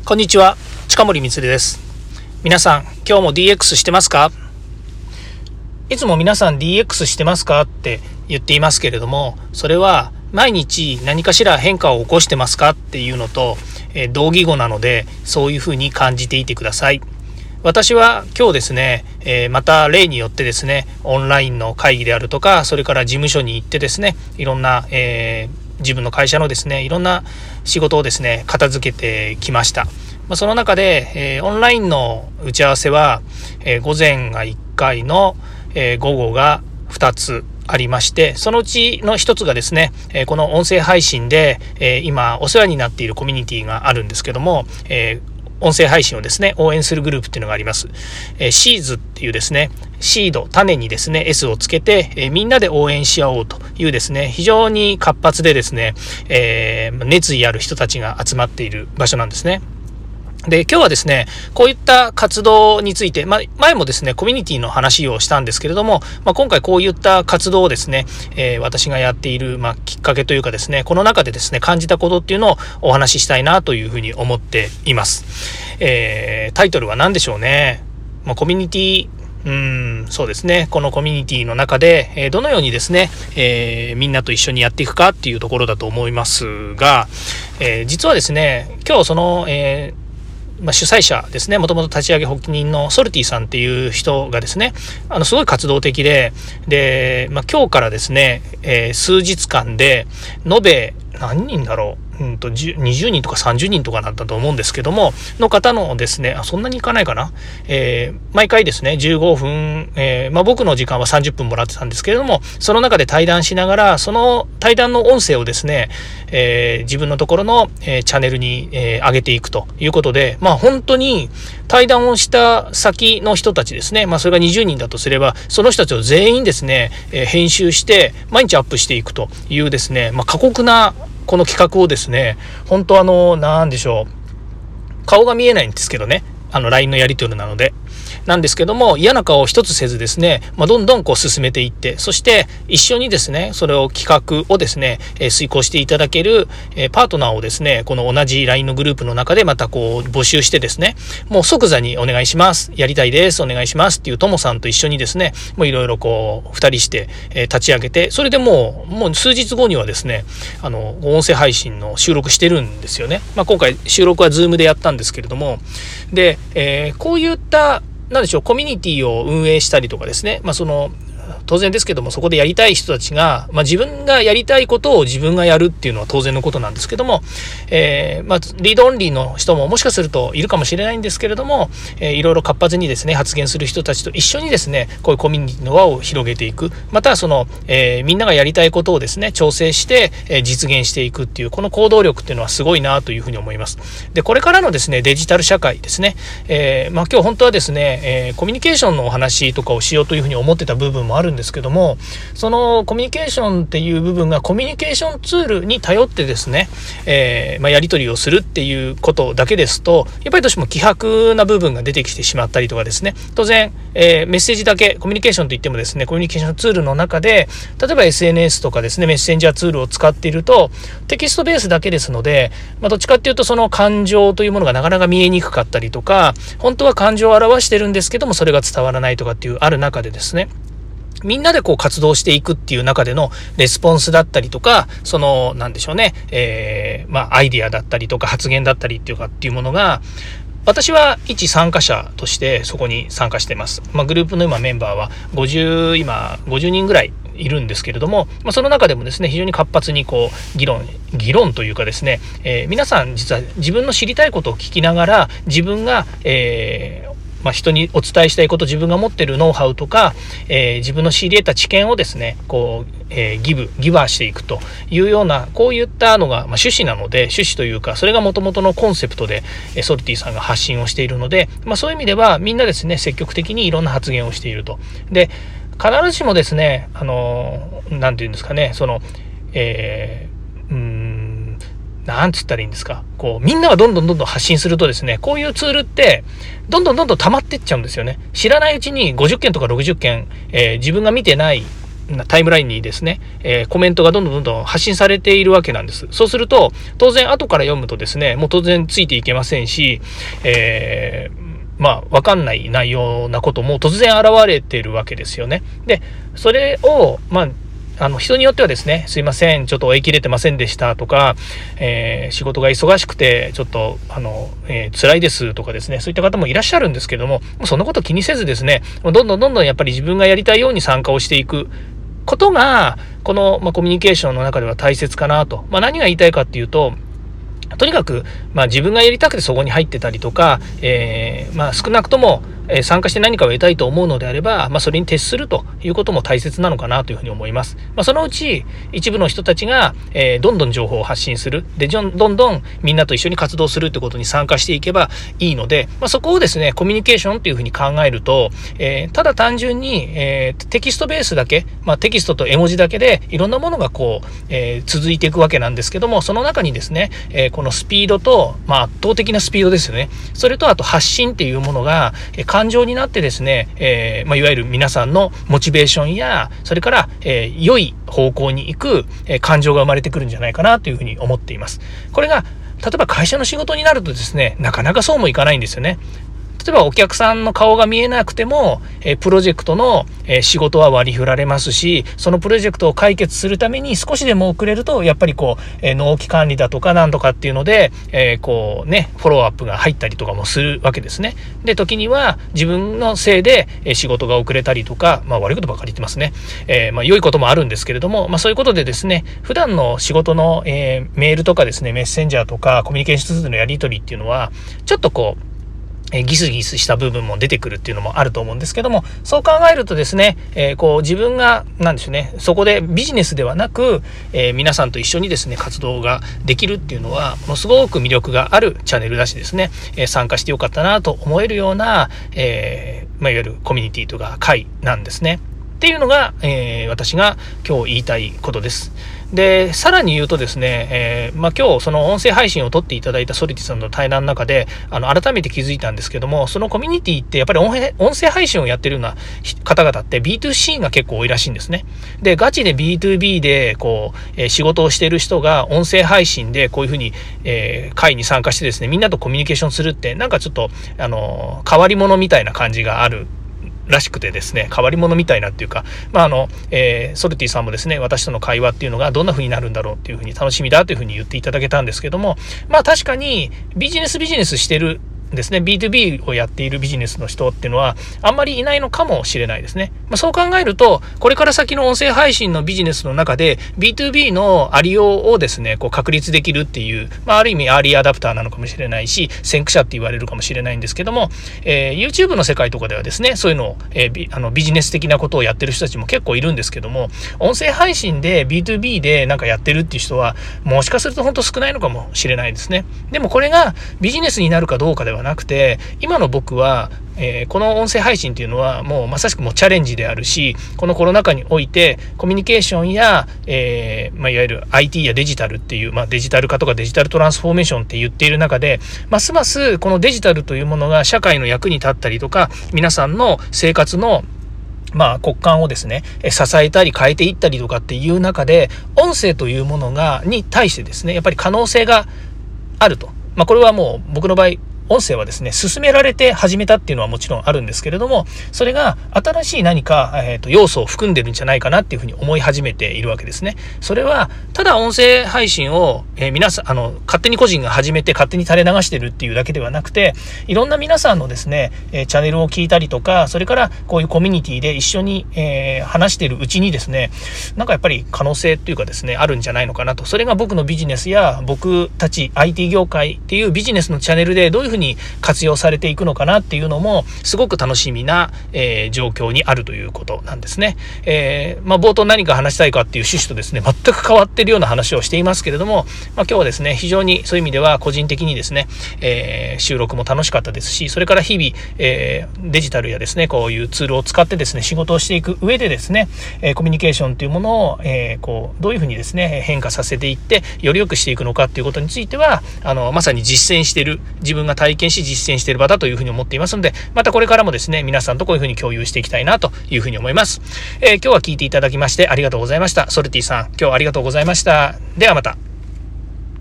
こんにちは、近森光です。皆さん、今日も DX してますか？いつも皆さん DX してますかって言っていますけれども、それは毎日何かしら変化を起こしてますかっていうのと、同義語なので、そういうふうに感じていてください。私は今日ですね、また例によってですね、オンラインの会議であるとか、それから事務所に行ってですね、いろんな、自分の会社のですね、いろんな仕事をですね、片付けてきました。その中で、オンラインの打ち合わせは、午前が1回の、午後が2つありまして、そのうちの1つがですね、この音声配信で、今お世話になっているコミュニティがあるんですけども、音声配信をですね応援するグループっていうのがあります。シーズっていうですね、シード種にですね S をつけて、みんなで応援し合おうというですね、非常に活発でですね、熱意ある人たちが集まっている場所なんですね。で、今日はですね、こういった活動について、前もですね、コミュニティの話をしたんですけれども、今回こういった活動をですね、私がやっている、きっかけというかですね、この中でですね、感じたことっていうのをお話ししたいなというふうに思っています。タイトルは何でしょうね。コミュニティ、そうですね、このコミュニティの中で、どのようにですね、みんなと一緒にやっていくかっていうところだと思いますが、実はですね、今日その、主催者ですね、もともと立ち上げ発起人のソルティさんっていう人がですね、すごい活動的で、今日からですね、数日間で延べ何人だろう、20人とか30人とかなったと思うんですけども、の方のですね、そんなにいかないかな、毎回ですね、15分、僕の時間は30分もらってたんですけれども、その中で対談しながら、その対談の音声をですね、自分のところの、チャンネルに、上げていくということで、本当に対談をした先の人たちですね、それが20人だとすれば、その人たちを全員ですね、編集して毎日アップしていくというですね、過酷なこの企画をですね、本当なんでしょう、顔が見えないんですけどね、LINE のやり取りなのでなんですけども、嫌な顔を一つせずですね、どんどん進めていって、そして一緒にですね、それを企画をですね、遂行していただける、パートナーをですね、この同じ LINE のグループの中でまた募集してですね、もう即座にお願いします、やりたいです、お願いしますっていうともさんと一緒にですね、もういろいろ2人して、立ち上げて、それでもう数日後にはですね、音声配信の収録してるんですよね。今回収録は Zoom でやったんですけれども、で、こういったなんでしょう、コミュニティを運営したりとかですね、当然ですけども、そこでやりたい人たちが、自分がやりたいことを自分がやるっていうのは当然のことなんですけども、リードオンリーの人ももしかするといるかもしれないんですけれども、いろいろ活発にですね発言する人たちと一緒にですね、こういうコミュニティの輪を広げていく、またみんながやりたいことをですね調整して、実現していくっていうこの行動力っていうのはすごいなというふうに思います。で、これからのですねデジタル社会ですね、今日本当はですね、コミュニケーションのお話とかをしようというふうに思ってた部分もあるんですけども、そのコミュニケーションっていう部分がコミュニケーションツールに頼ってですね、やり取りをするっていうことだけですと、やっぱりどうしても希薄な部分が出てきてしまったりとかですね、当然、メッセージだけコミュニケーションといってもですね、コミュニケーションツールの中で例えば SNS とかですねメッセンジャーツールを使っているとテキストベースだけですので、どっちかっていうとその感情というものがなかなか見えにくかったりとか、本当は感情を表してるんですけどもそれが伝わらないとかっていうある中でですね、みんなで活動していくっていう中でのレスポンスだったりとか、なんでしょうね、アイディアだったりとか発言だったりっていうものが、私は一参加者としてそこに参加しています。グループの今メンバーは50人ぐらいいるんですけれども、その中でもですね非常に活発に議論というかですね、皆さん実は自分の知りたいことを聞きながら、自分が、人にお伝えしたいこと、自分が持っているノウハウとか、自分の知り得た知見をですねギバーしていくというような、こういったのが趣旨なので、趣旨というかそれが元々のコンセプトでソルティさんが発信をしているので、そういう意味ではみんなですね積極的にいろんな発言をしていると。で、必ずしもですねなんていうんですかね、なんつったらいいんですか、みんながどんどん発信するとですね、こういうツールってどんどん溜まってっちゃうんですよね。知らないうちに50件とか60件、自分が見てないタイムラインにですね、コメントがどんどん発信されているわけなんです。そうすると当然後から読むとですね、もう当然ついていけませんし、分かんない内容なことも突然現れているわけですよね。でそれを人によってはですね、すいませんちょっと追い切れてませんでしたとか、仕事が忙しくてちょっと辛いですとかですね、そういった方もいらっしゃるんですけども、そんなこと気にせずですね、どんどんやっぱり自分がやりたいように参加をしていくことがこの、コミュニケーションの中では大切かなと。何が言いたいかっていうと、とにかく、自分がやりたくてそこに入ってたりとか、少なくとも参加して何かを得たいと思うのであれば、それに徹するということも大切なのかなというふうに思います。そのうち一部の人たちが、どんどん情報を発信する。で、どんどんみんなと一緒に活動するってことに参加していけばいいので、そこをですね、コミュニケーションというふうに考えると、ただ単純に、テキストベースだけ、テキストと絵文字だけでいろんなものが続いていくわけなんですけども、その中にですね、このスピードと、圧倒的なスピードですよね。それとあと発信っていうものが、感情になってですね、いわゆる皆さんのモチベーションや、それから、良い方向に行く、感情が生まれてくるんじゃないかなというふうに思っています。これが例えば会社の仕事になるとですね、なかなかそうもいかないんですよね。例えばお客さんの顔が見えなくても、プロジェクトの仕事は割り振られますし、そのプロジェクトを解決するために少しでも遅れるとやっぱり納期管理だとかなんとかっていうので、フォローアップが入ったりとかもするわけですね。で、時には自分のせいで仕事が遅れたりとか、悪いことばかり言ってますね。良いこともあるんですけれども、そういうことでですね、普段の仕事の、メールとかですね、メッセンジャーとかコミュニケーションツールのやり取りっていうのはちょっとギスギスした部分も出てくるっていうのもあると思うんですけども、そう考えるとですね、自分がなんでしょうね、そこでビジネスではなく、皆さんと一緒にですね活動ができるっていうのはものすごく魅力があるチャンネルだしですね、参加してよかったなと思えるような、いわゆるコミュニティとか会なんですねっていうのが、私が今日言いたいことです。で、さらに言うとですね、今日その音声配信を撮っていただいたソリティさんの対談の中で改めて気づいたんですけども、そのコミュニティってやっぱり音声配信をやってるような方々って B2C が結構多いらしいんですね。で、ガチで B2B で仕事をしている人が音声配信でこういうふうに、会に参加してですね、みんなとコミュニケーションするってなんかちょっと変わり者みたいな感じがあるらしくてですね、変わり者みたいなっていうか、ソルティさんもですね、私との会話っていうのがどんな風になるんだろうっていう風に楽しみだという風に言っていただけたんですけども、確かにビジネスしてるですね、B2B をやっているビジネスの人っていうのはあんまりいないのかもしれないですね。そう考えると、これから先の音声配信のビジネスの中で B2B のありようをですね、確立できるっていう、ある意味アーリーアダプターなのかもしれないし、先駆者って言われるかもしれないんですけども、YouTube の世界とかではですね、そういうのを、ビジネス的なことをやってる人たちも結構いるんですけども、音声配信で B2B でなんかやってるっていう人はもしかすると本当少ないのかもしれないですね。でもこれがビジネスになるかどうかではなくて、今の僕は、この音声配信っていうのはもうまさしくもうチャレンジであるし、このコロナ禍においてコミュニケーションや、いわゆる IT やデジタルっていう、デジタル化とかデジタルトランスフォーメーションって言っている中で、ますますこのデジタルというものが社会の役に立ったりとか、皆さんの生活の骨幹をですね支えたり変えていったりとかっていう中で、音声というものに対してですね、やっぱり可能性があると。これはもう僕の場合音声はですね、勧められて始めたっていうのはもちろんあるんですけれども、それが新しい何か、要素を含んでるんじゃないかなっていうふうに思い始めているわけですね。それはただ音声配信を、皆さん勝手に個人が始めて勝手に垂れ流してるっていうだけではなくて、いろんな皆さんのですね、チャンネルを聞いたりとか、それからこういうコミュニティで一緒に、話しているうちにですね、なんかやっぱり可能性っていうかですね、あるんじゃないのかなと。それが僕のビジネスや僕たち IT 業界っていうビジネスのチャンネルでどういうふうに活用されていくのかなっていうのもすごく楽しみな、状況にあるということなんですね。冒頭何か話したいかっていう趣旨とですね、全く変わっているような話をしていますけれども、今日はですね、非常にそういう意味では個人的にですね、収録も楽しかったですし、それから日々、デジタルやですね、こういうツールを使ってですね、仕事をしていく上でですね、コミュニケーションというものを、どういうふうにですね、変化させていってより良くしていくのかっていうことについてはまさに実践している自分が体験し実践している場だというふうに思っていますので、またこれからもですね、皆さんとこういうふうに共有していきたいなというふうに思います。今日は聞いていただきましてありがとうございました。ソルティさん、今日はありがとうございました。ではまた。